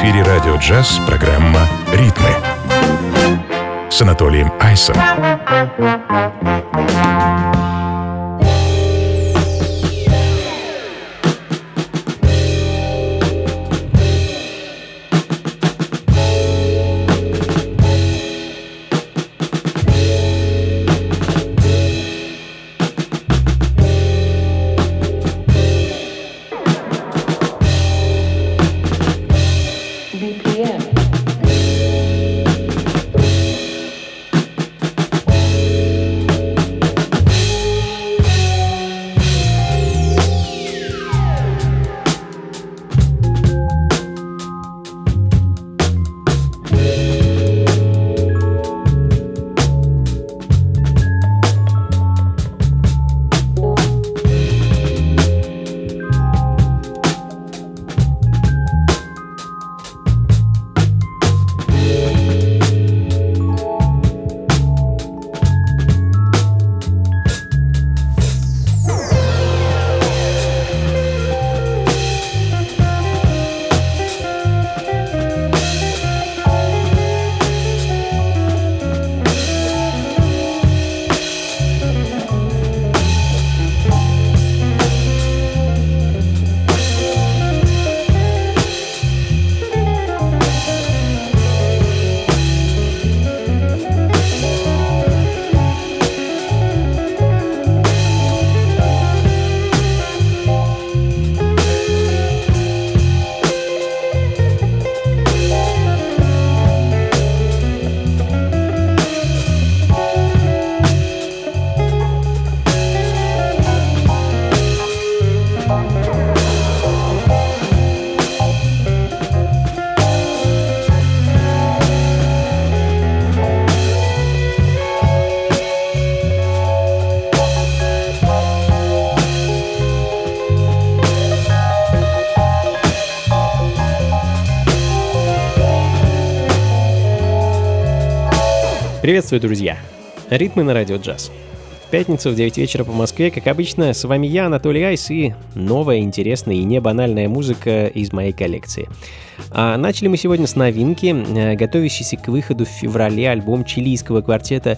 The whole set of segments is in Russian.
эфире радио «Джаз» программа «Ритмы» с Анатолием Айсом. Приветствую, друзья! Ритмы на радио «Джаз». В пятницу в 9 вечера по Москве, как обычно, с вами я, Анатолий Айс, и новая, интересная и не банальная музыка из моей коллекции. Начали мы сегодня с новинки, готовящийся к выходу в феврале альбом чилийского квартета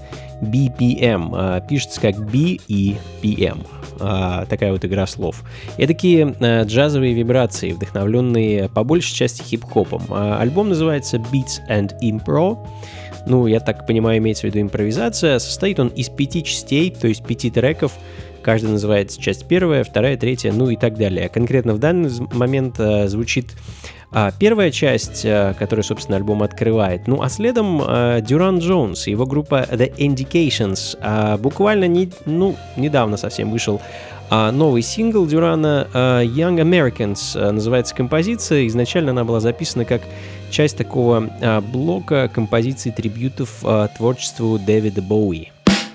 BPM. Пишется как B и PM. Такая вот игра слов. Эдакие джазовые вибрации, вдохновленные по большей части хип-хопом. Альбом называется Beats and Impro. Ну, я так понимаю, имеется в виду импровизация. Состоит он из 5 частей, то есть 5 треков. Каждый называется часть первая, вторая, третья, ну и так далее. Конкретно в данный момент звучит первая часть, которая, собственно, альбом открывает. Ну, а следом Дюран Джонс и его группа The Indications. Буквально недавно совсем вышел новый сингл Дюрана Young Americans называется композиция. Изначально она была записана как часть такого блока композиций трибьютов творчеству Дэвида Боуи.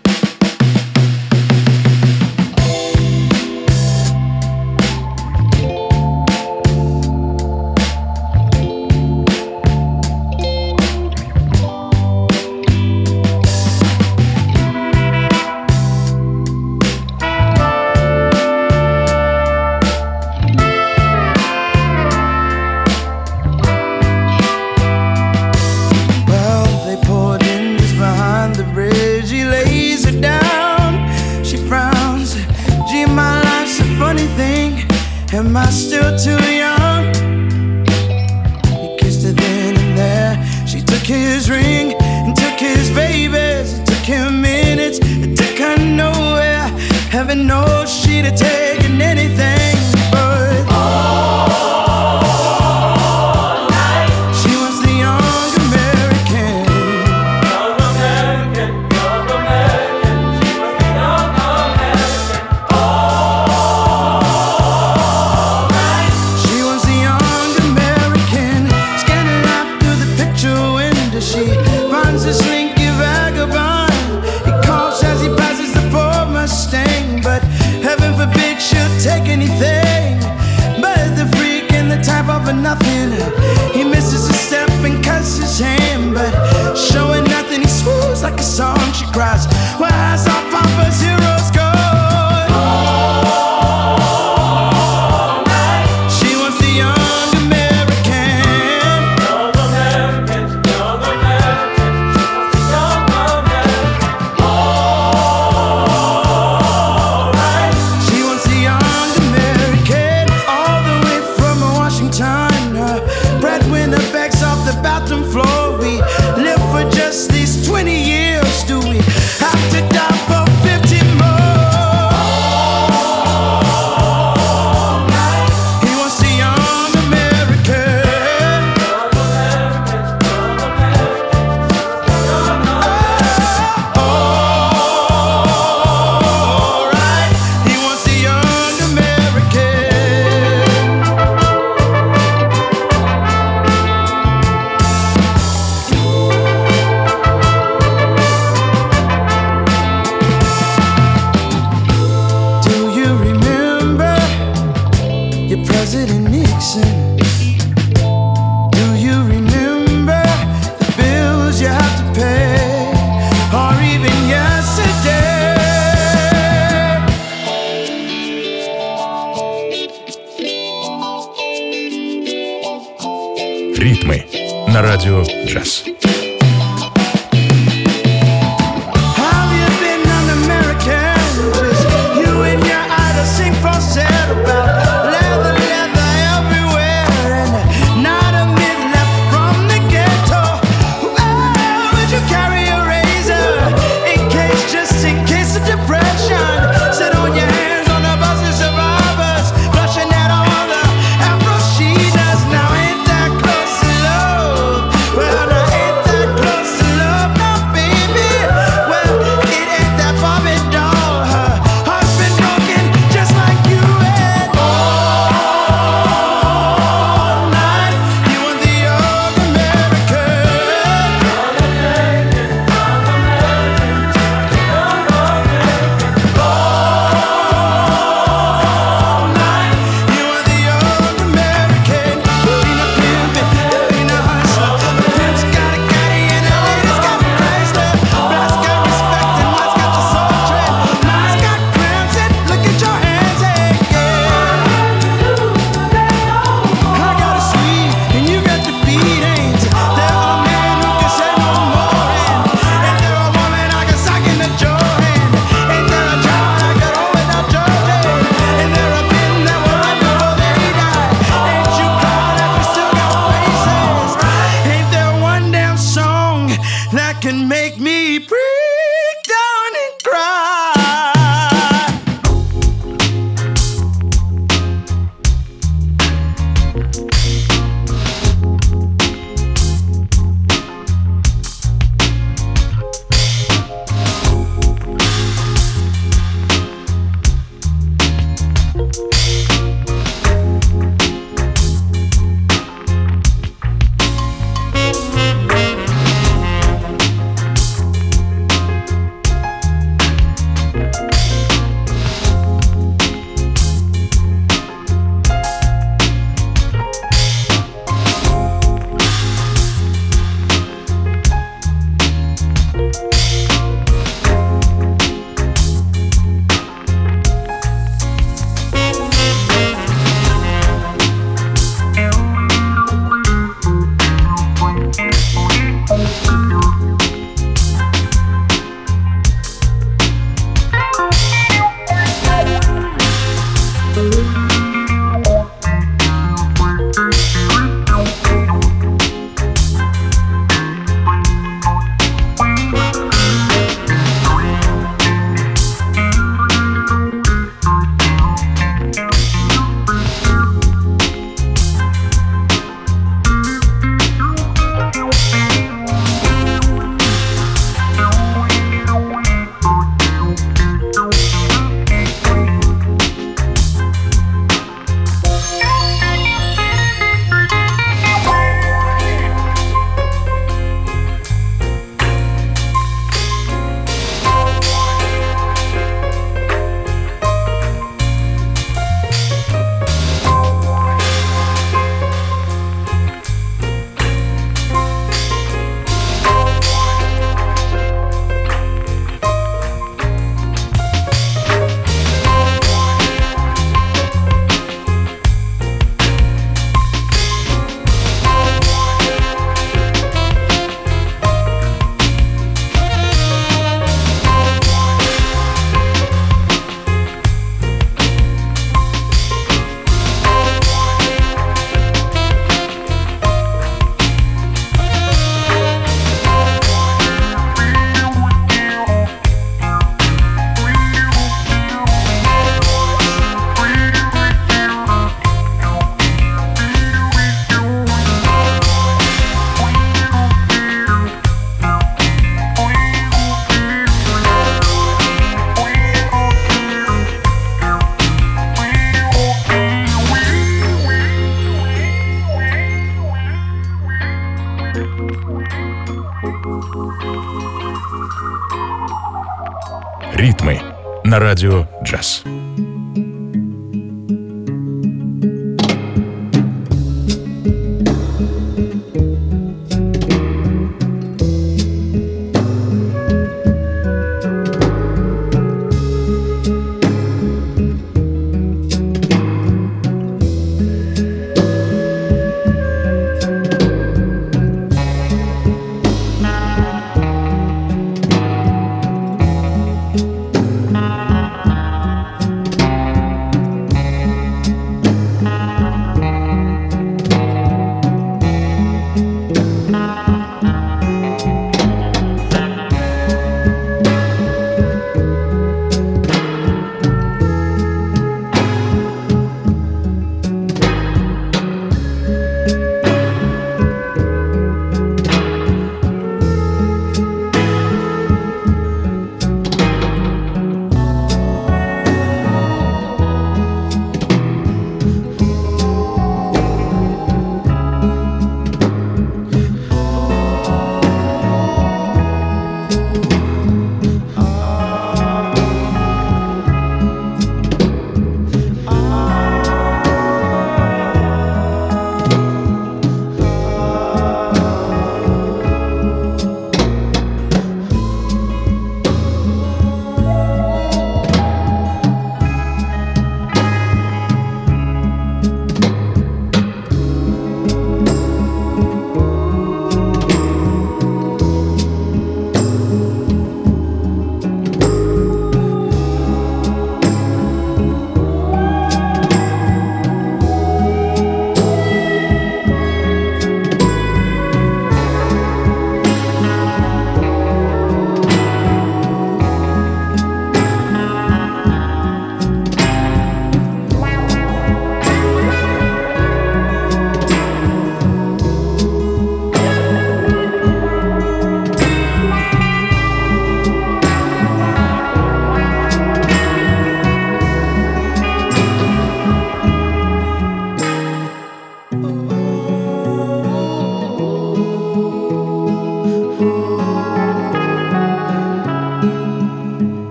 Am I still too young? He kissed her then and there. She took his ring and took his babies. It took him minutes, it took her nowhere. Heaven knows she'd have taken anything, but all night she was the young American. Young American, young American. She was the young American. She finds a slinky vagabond. He calls as he passes the Ford Mustang, but heaven forbid she'll take anything but the freak and the type of a nothing. He misses a step and cuts his hand, but showing nothing, he swoons like a song. She cries, where has our Papa's heroes gone? All night she wants the young American. City Nixon. Do you remember the bills you have to pay, or even yesterday? Ритмы на радио «Джаз». Ритмы на радио «Джаз».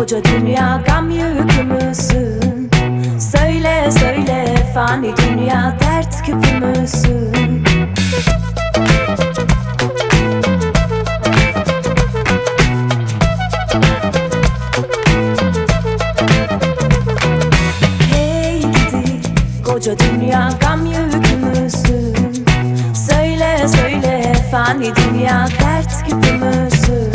koca dünya gam yükü müsün? Söyle söyle fani dünya dert küpü müsün? Hey gidi koca dünya gam yükü müsün? Söyle söyle fani dünya dert küpü müsün?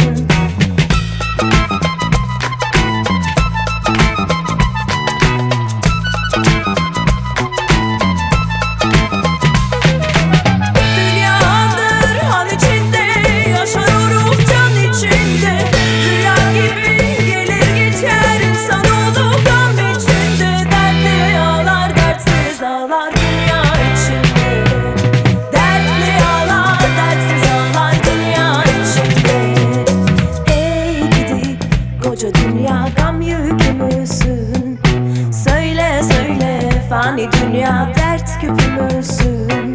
Dünya dert küpü müsün?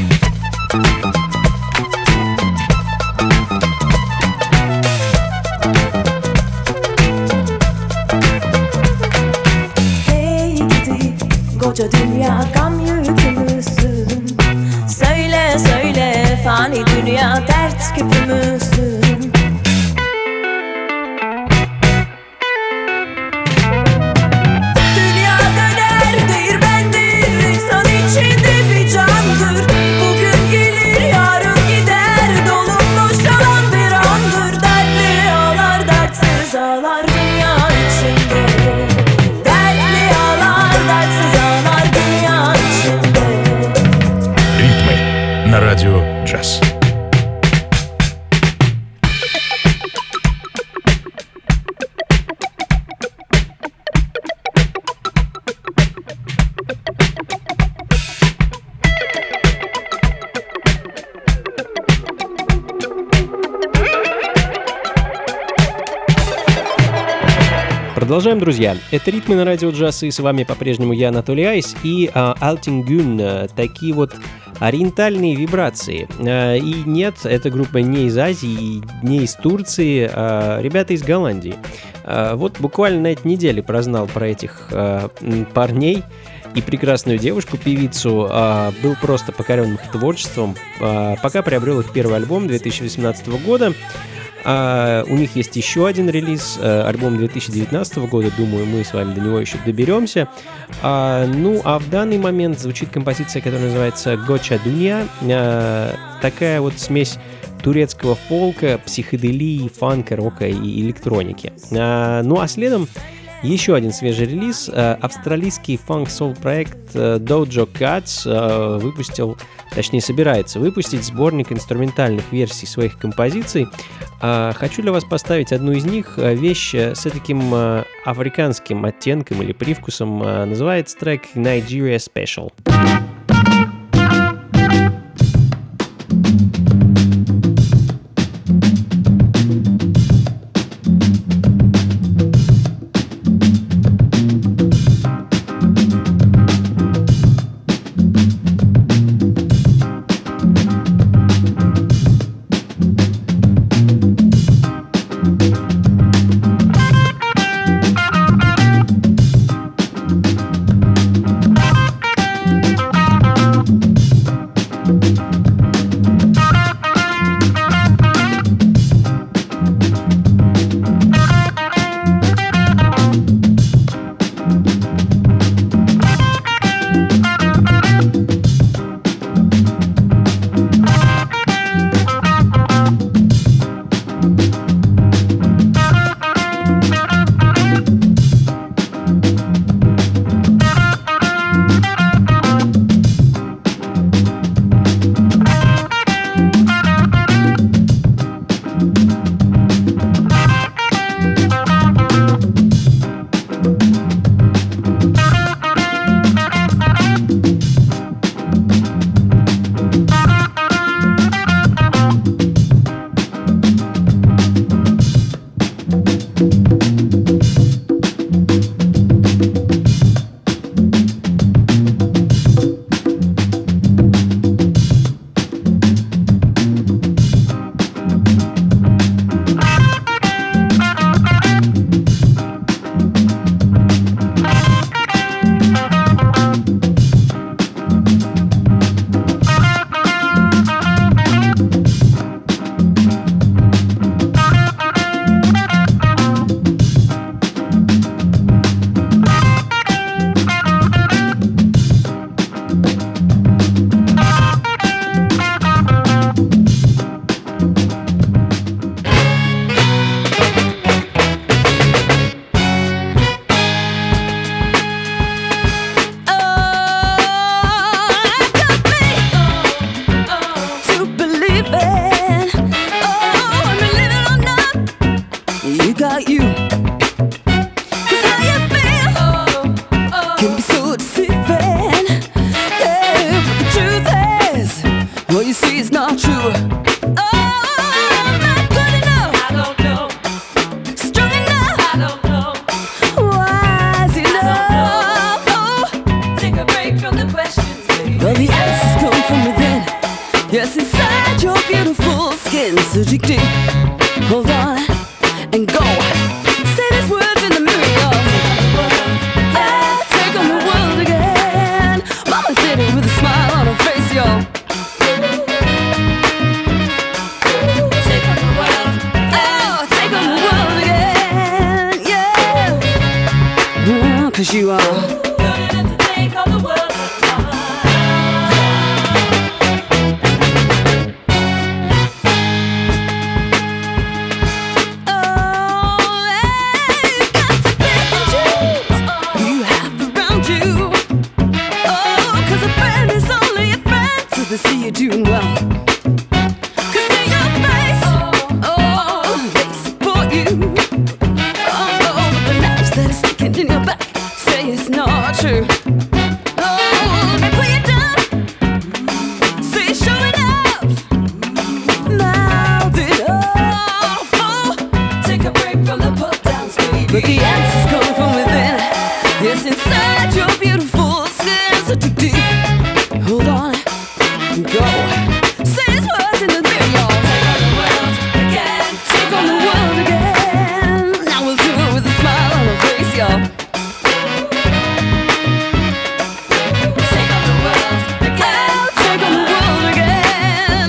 Hey gidi koca dünya gam yükü müsün? Söyle söyle fani dünya dert küpü müsün? На радио «Джаз». Продолжаем, друзья. Это «Ритмы» на радио «Джаз», и с вами по-прежнему я, Анатолий Айс, и Алтингюн. Такие вот ориентальные вибрации. И нет, эта группа не из Азии, не из Турции, ребята из Голландии. Вот буквально на этой неделе прознал про этих парней и прекрасную девушку-певицу, был просто покорен их творчеством, пока приобрел их первый альбом 2018 года. У них есть еще один релиз, альбом 2019 года, думаю, мы с вами до него еще доберемся. Ну, а в данный момент звучит композиция, которая называется «Гоча Дуня», такая вот смесь турецкого фолка, психоделии, фанка, рока и электроники. Ну, а следом еще один свежий релиз. Австралийский фанк-сол проект Dojo Cats выпустил, точнее собирается выпустить сборник инструментальных версий своих композиций. Хочу для вас поставить одну из них. Вещь с таким африканским оттенком или привкусом. Называется трек Nigeria Special. So dig deep, hold on, and go. Say these words in the mirror. Yeah, take on the world again. Mama did it with a smile on her face, yo. Take on the world. Oh, take on the world again, yeah. 'Cause you are good enough to take on the world. They see you doing well. 'Cause see your face, oh, they support you. Oh, but the knives that are sticking in your back say it's not true. Oh, they pull you down, say you're showing up. Mouth it off, oh, take a break from the put-downs, baby. But the answer's coming from within. It's inside your beautiful skin. So too deep, hold on. Go. Say these words in the mirror, y'all. Take on the world again. Take on the world again. Now we'll do it with a smile on our face, y'all. Take on the world again. Take on the world again.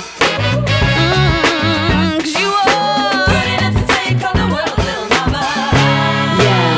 'Cause you are good enough to take on the world, little mama. Yeah.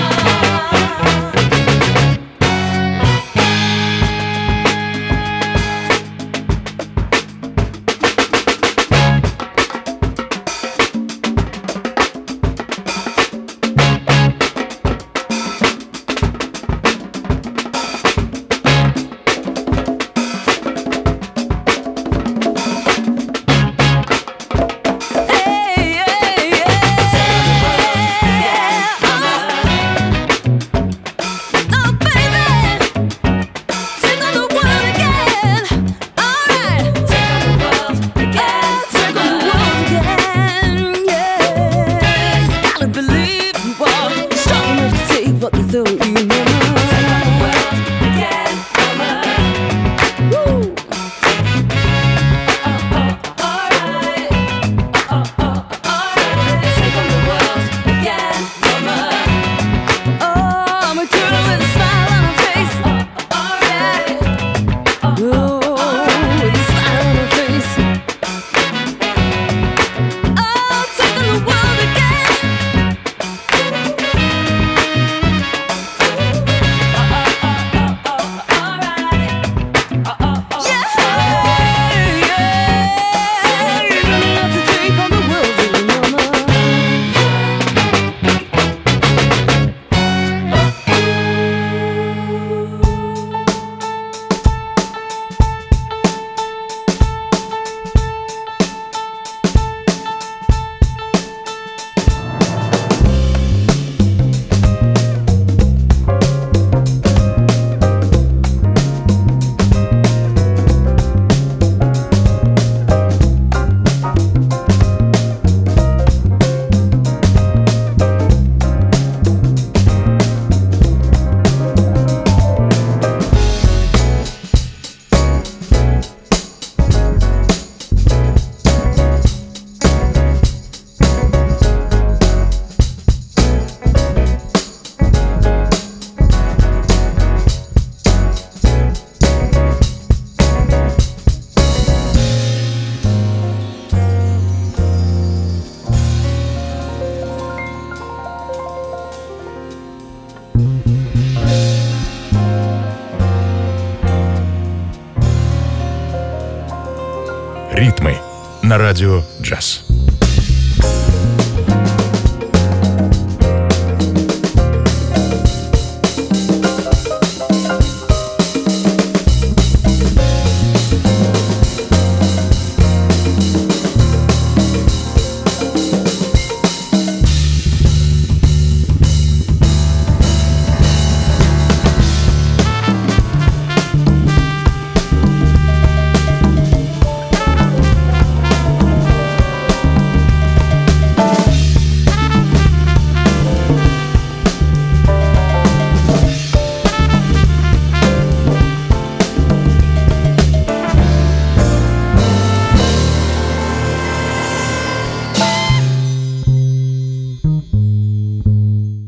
Ритмы на радио «Джаз».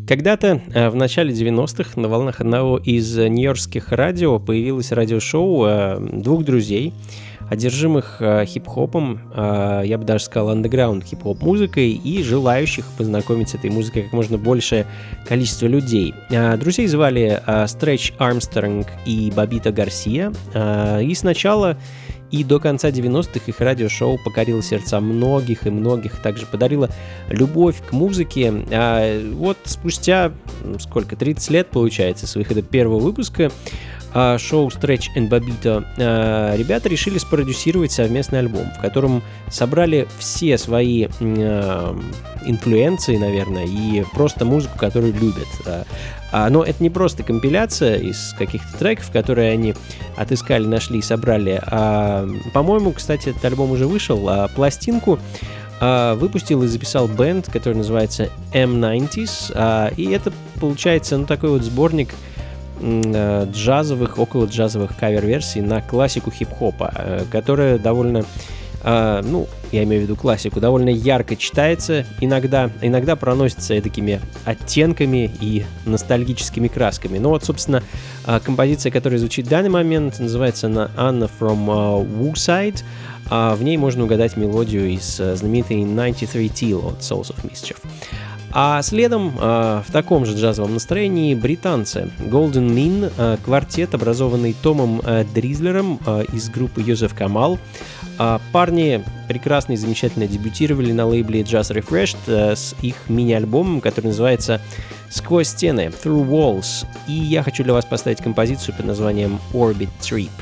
Когда-то в начале 90-х на волнах одного из нью-йоркских радио появилось радиошоу двух друзей, одержимых хип-хопом, я бы даже сказал андеграунд хип-хоп музыкой, и желающих познакомить с этой музыкой как можно большее количество людей. Друзей звали Stretch Armstrong и Бобито Гарсия, и сначала и до конца 90-х их радиошоу покорило сердца многих и многих, также подарило любовь к музыке. Вот спустя, 30 лет, получается, с выхода первого выпуска шоу Stretch and Bobito ребята решили спродюсировать совместный альбом, в котором собрали все свои инфлюенции, наверное, и просто музыку, которую любят. Но это не просто компиляция из каких-то треков, которые они отыскали, нашли и собрали. По-моему, кстати, этот альбом уже вышел, пластинку выпустил и записал бэнд, который называется M90s, и это получается, такой вот сборник джазовых, около джазовых кавер-версий на классику хип-хопа, которая довольно, я имею в виду классику, довольно ярко читается, иногда проносится такими оттенками и ностальгическими красками. Собственно, композиция, которая звучит в данный момент, называется она Anna from Woodside. В ней можно угадать мелодию из знаменитой 93 Teal от Souls of Mischief. А следом в таком же джазовом настроении британцы Golden Mean, квартет, образованный Томом Дризлером из группы Йозеф Камал. Парни прекрасно и замечательно дебютировали на лейбле Just Refreshed с их мини-альбомом, который называется «Сквозь стены» Through Walls. И я хочу для вас поставить композицию под названием Orbit Trip.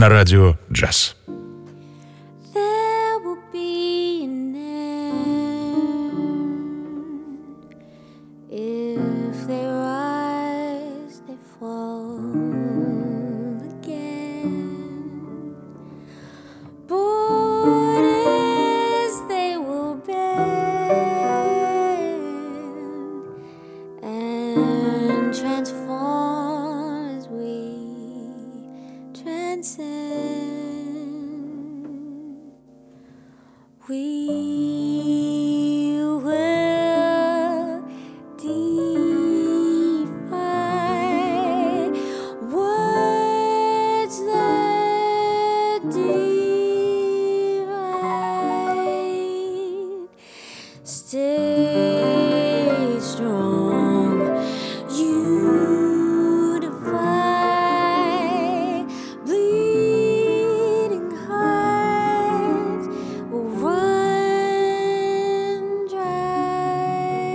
на радио «Джаз». There will be an end. If they rise, they fall again. Borders they will bend and transform as we transcend. We will defy words that divide. Stay strong, unify. Bleeding hearts will run dry.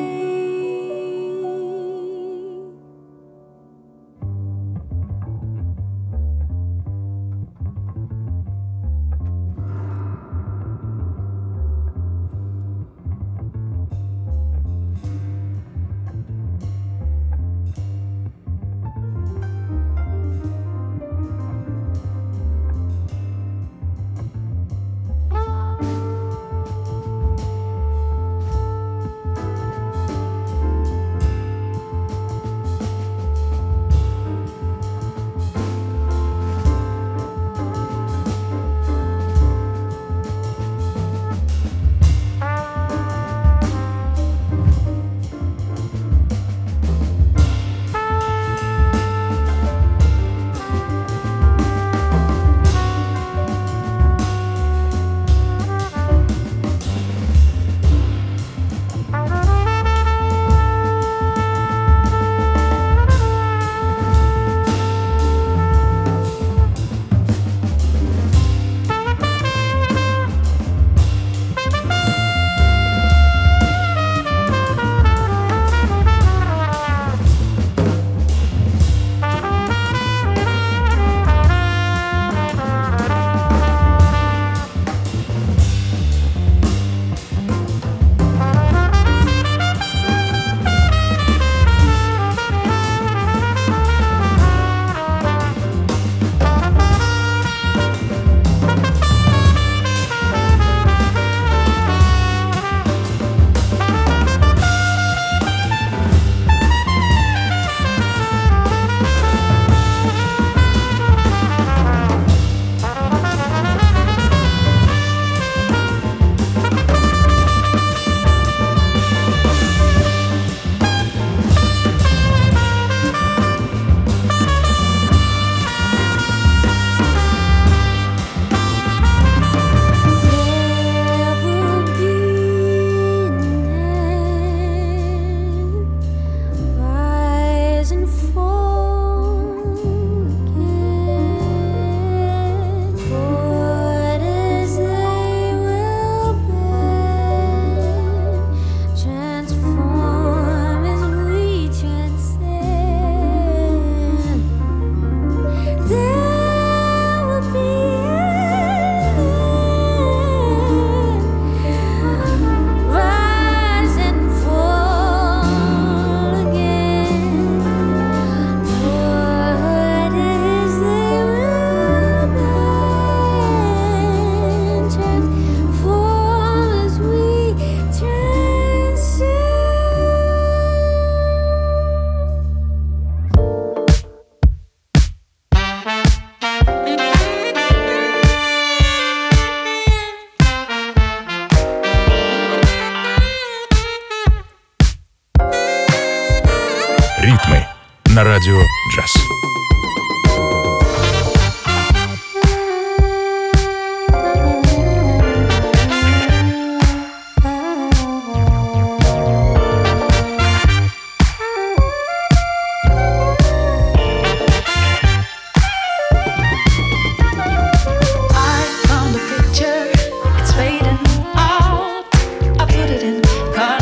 Ритмы на радио «Джаз».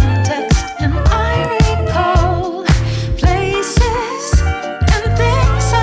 Places and things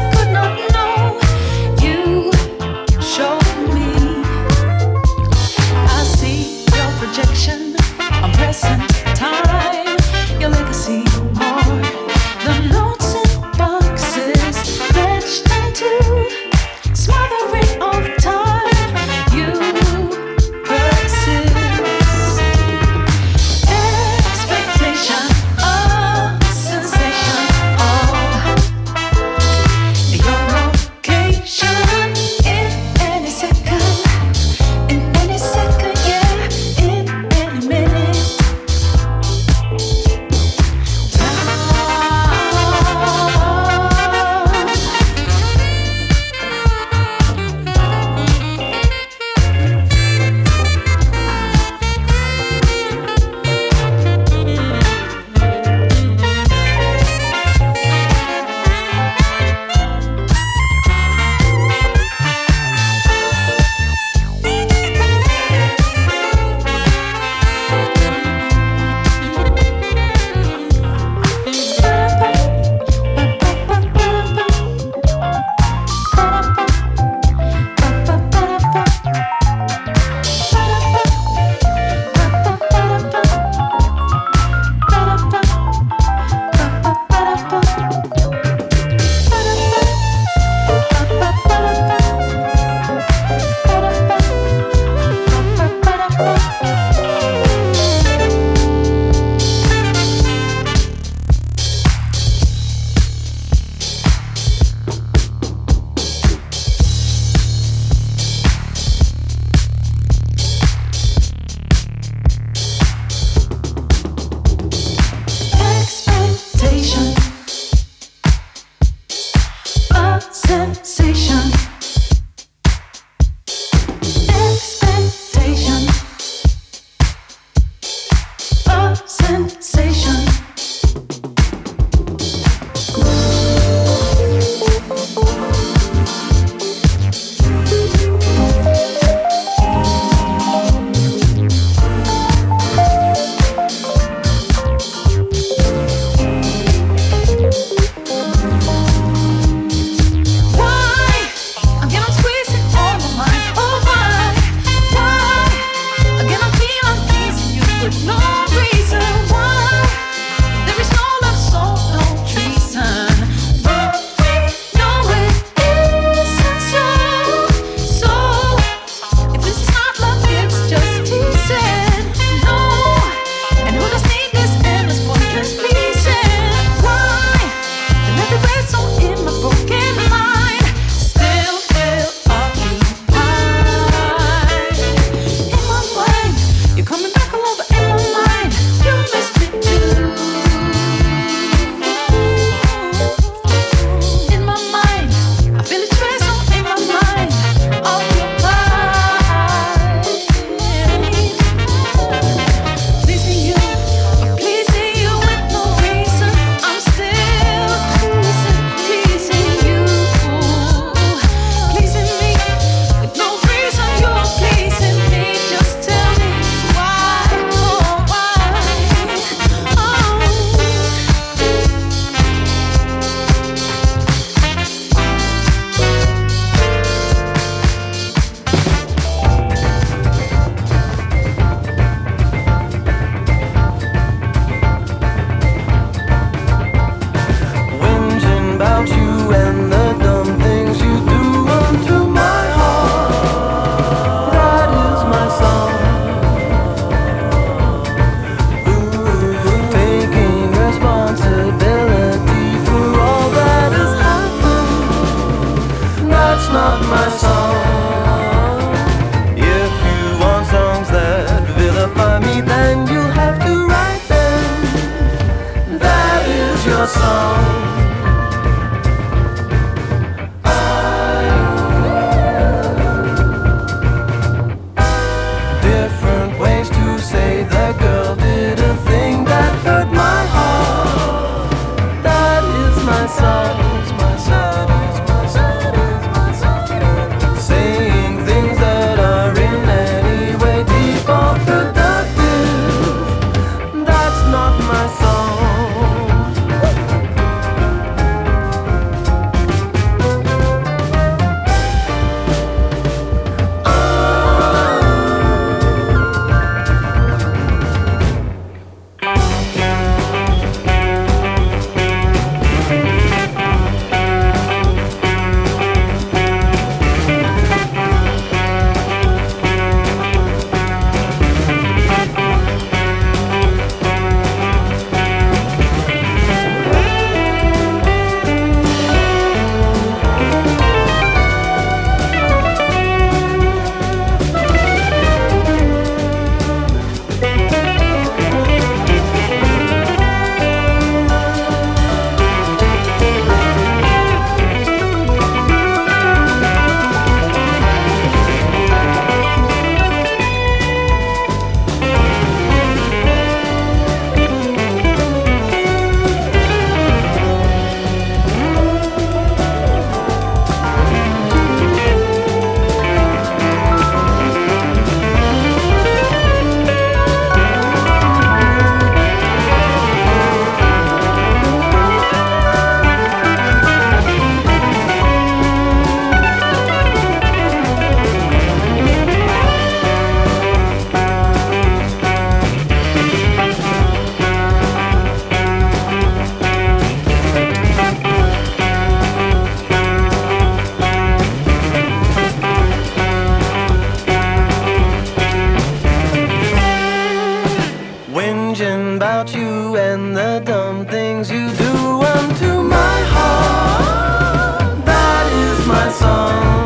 thinking about you and the dumb things you do unto my heart. That is my song.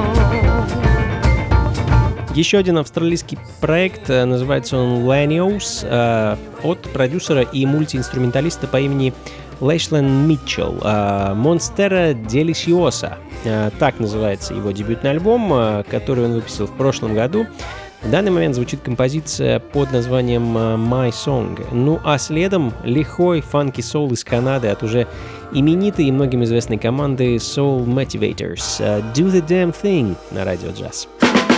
Еще один австралийский проект, называется он Lanios, от продюсера и мультиинструменталиста по имени Лейшлен Митчелл. Monstera Deliciosa. Так называется его дебютный альбом, который он выпустил в прошлом году. В данный момент звучит композиция под названием My Song. Ну а следом лихой фанки-соул из Канады от уже именитой и многим известной команды Soul Motivators. Do the Damn Thing на радио Джаз.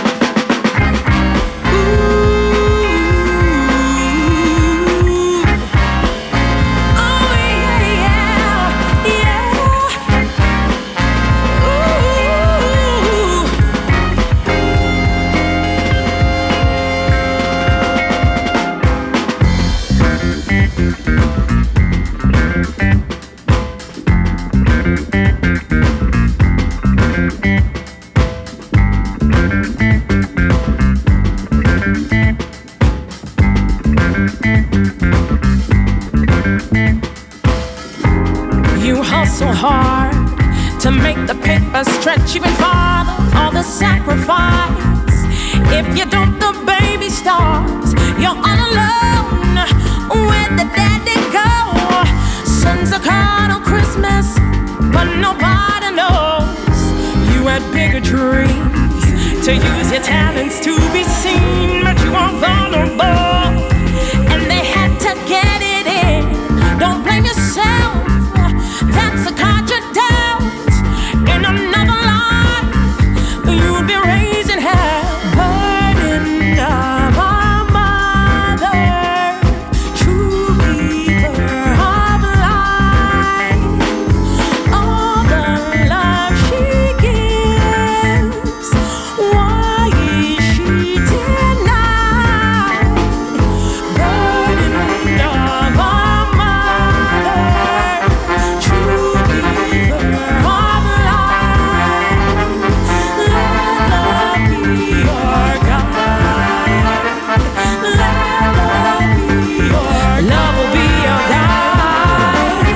Hard to make the paper stretch even farther, all the sacrifice. If you don't, the baby starves. You're all alone. Where'd the daddy go? Sons are caught on Christmas, but nobody knows. You had bigger dreams to use your talents to be seen, but you weren't vulnerable, and they had to get it in. Don't blame yourself. That's a card you dealt. In another life, you'd be raising hell. Burden of our mother, true keeper of life. All the love she gives, why is she denied? Burden of our mother, true keeper of life. Let love be your guide. Let love be your love will be your guide.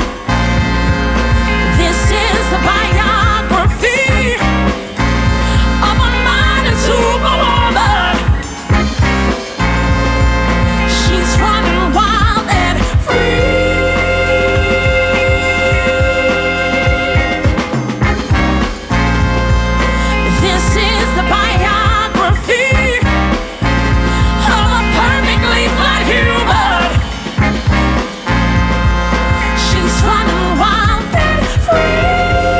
This is the biography of a modern superwoman. She's running wild and free. This is the biography of a perfectly flat human. She's running wild and free.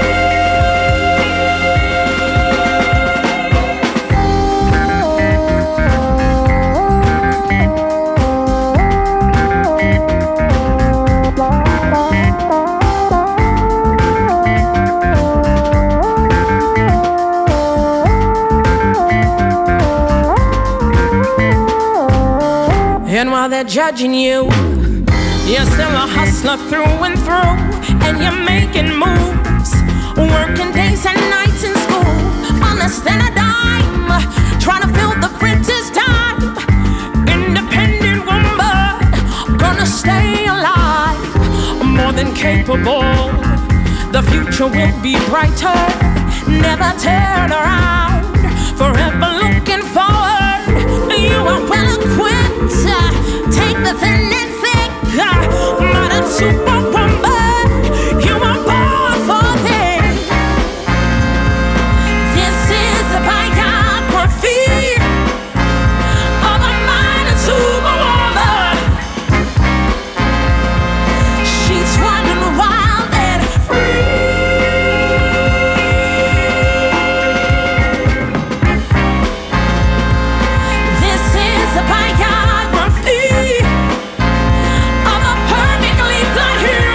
And while they're judging you, you're still a hustler through and through, and you're making moves, working days and nights in school, on less than a dime, trying to fill the printer's time. Independent woman, gonna stay alive, more than capable. The future will be brighter, never turn around, forever looking forward. You are well equipped, take the thin and thick, modern superwoman. You are born for this. This is the biography of a modern superwoman. She's running wild and free. This is the biography of a perfectly flat human.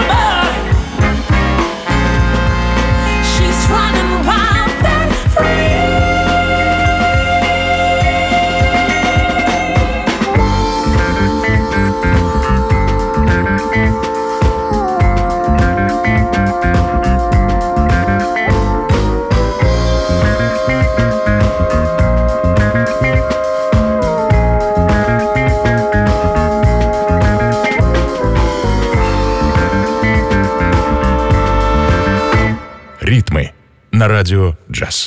на радио «Джаз».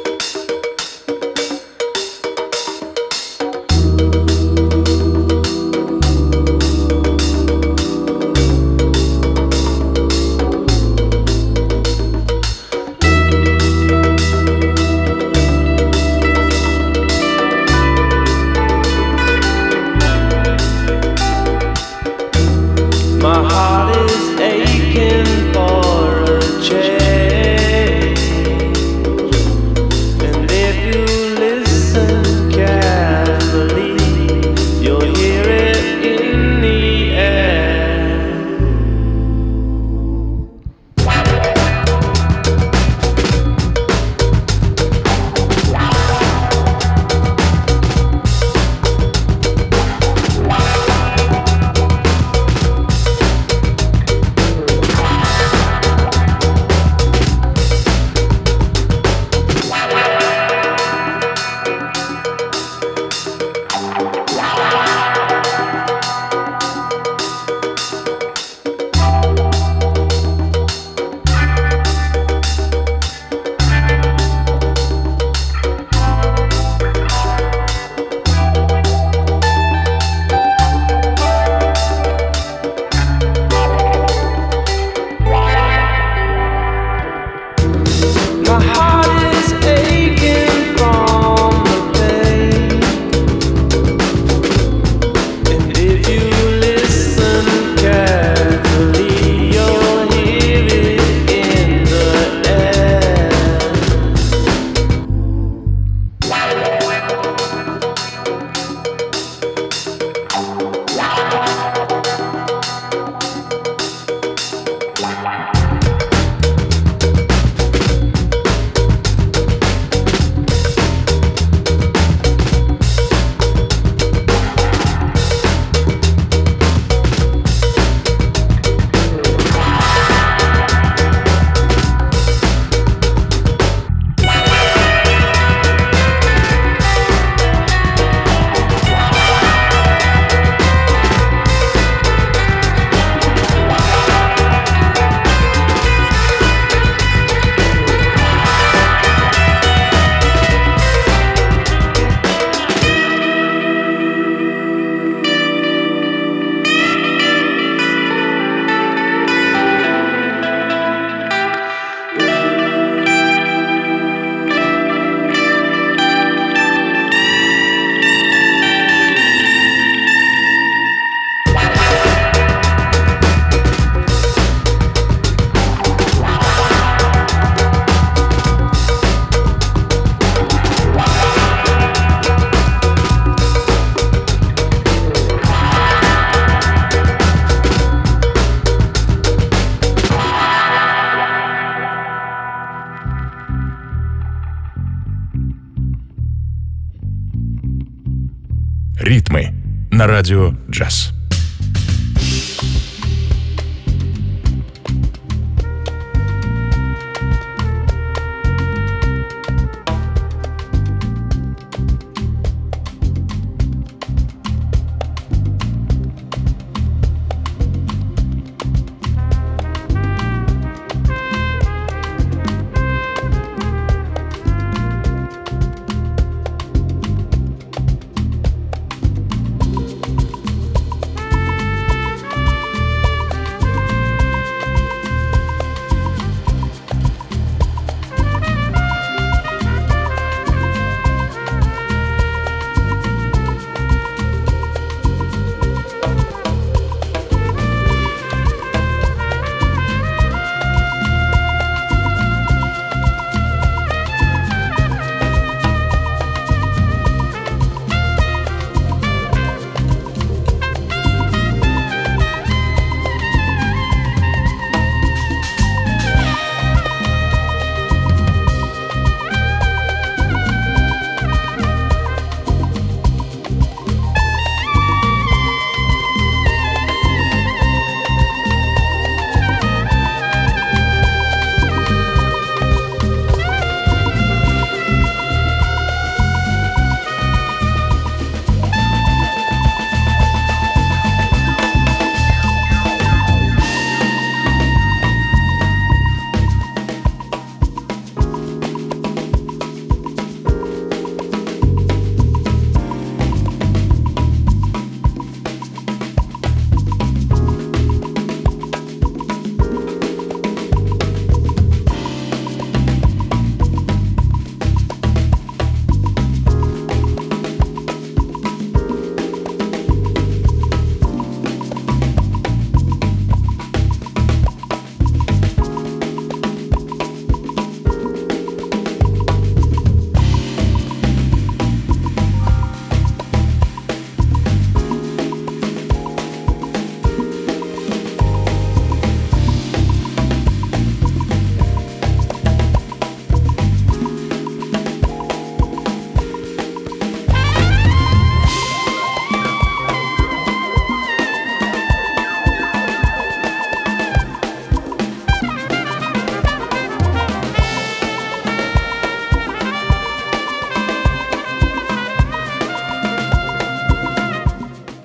«Ритмы» на радио «Джаз».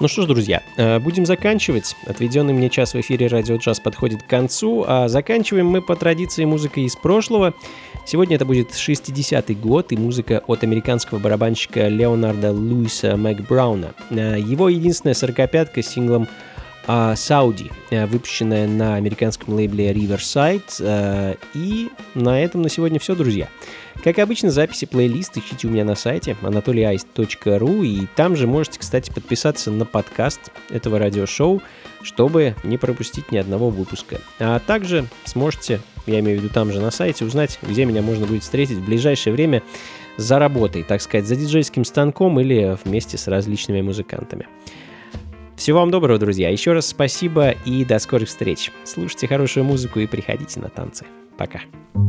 Ну что ж, друзья, будем заканчивать. Отведенный мне час в эфире Радио Джаз подходит к концу, а заканчиваем мы по традиции музыкой из прошлого. Сегодня это будет 60-й год и музыка от американского барабанщика Леонарда Луиса Макбрауна. Его единственная 45-ка с синглом «Saudi», выпущенная на американском лейбле Riverside. И на этом на сегодня все, друзья. Как обычно, записи плейлист ищите у меня на сайте anatolyice.ru, и там же можете, кстати, подписаться на подкаст этого радиошоу, чтобы не пропустить ни одного выпуска. А также сможете, я имею в виду там же на сайте, узнать, где меня можно будет встретить в ближайшее время за работой, так сказать, за диджейским станком или вместе с различными музыкантами. Всего вам доброго, друзья. Еще раз спасибо и до скорых встреч. Слушайте хорошую музыку и приходите на танцы. Пока.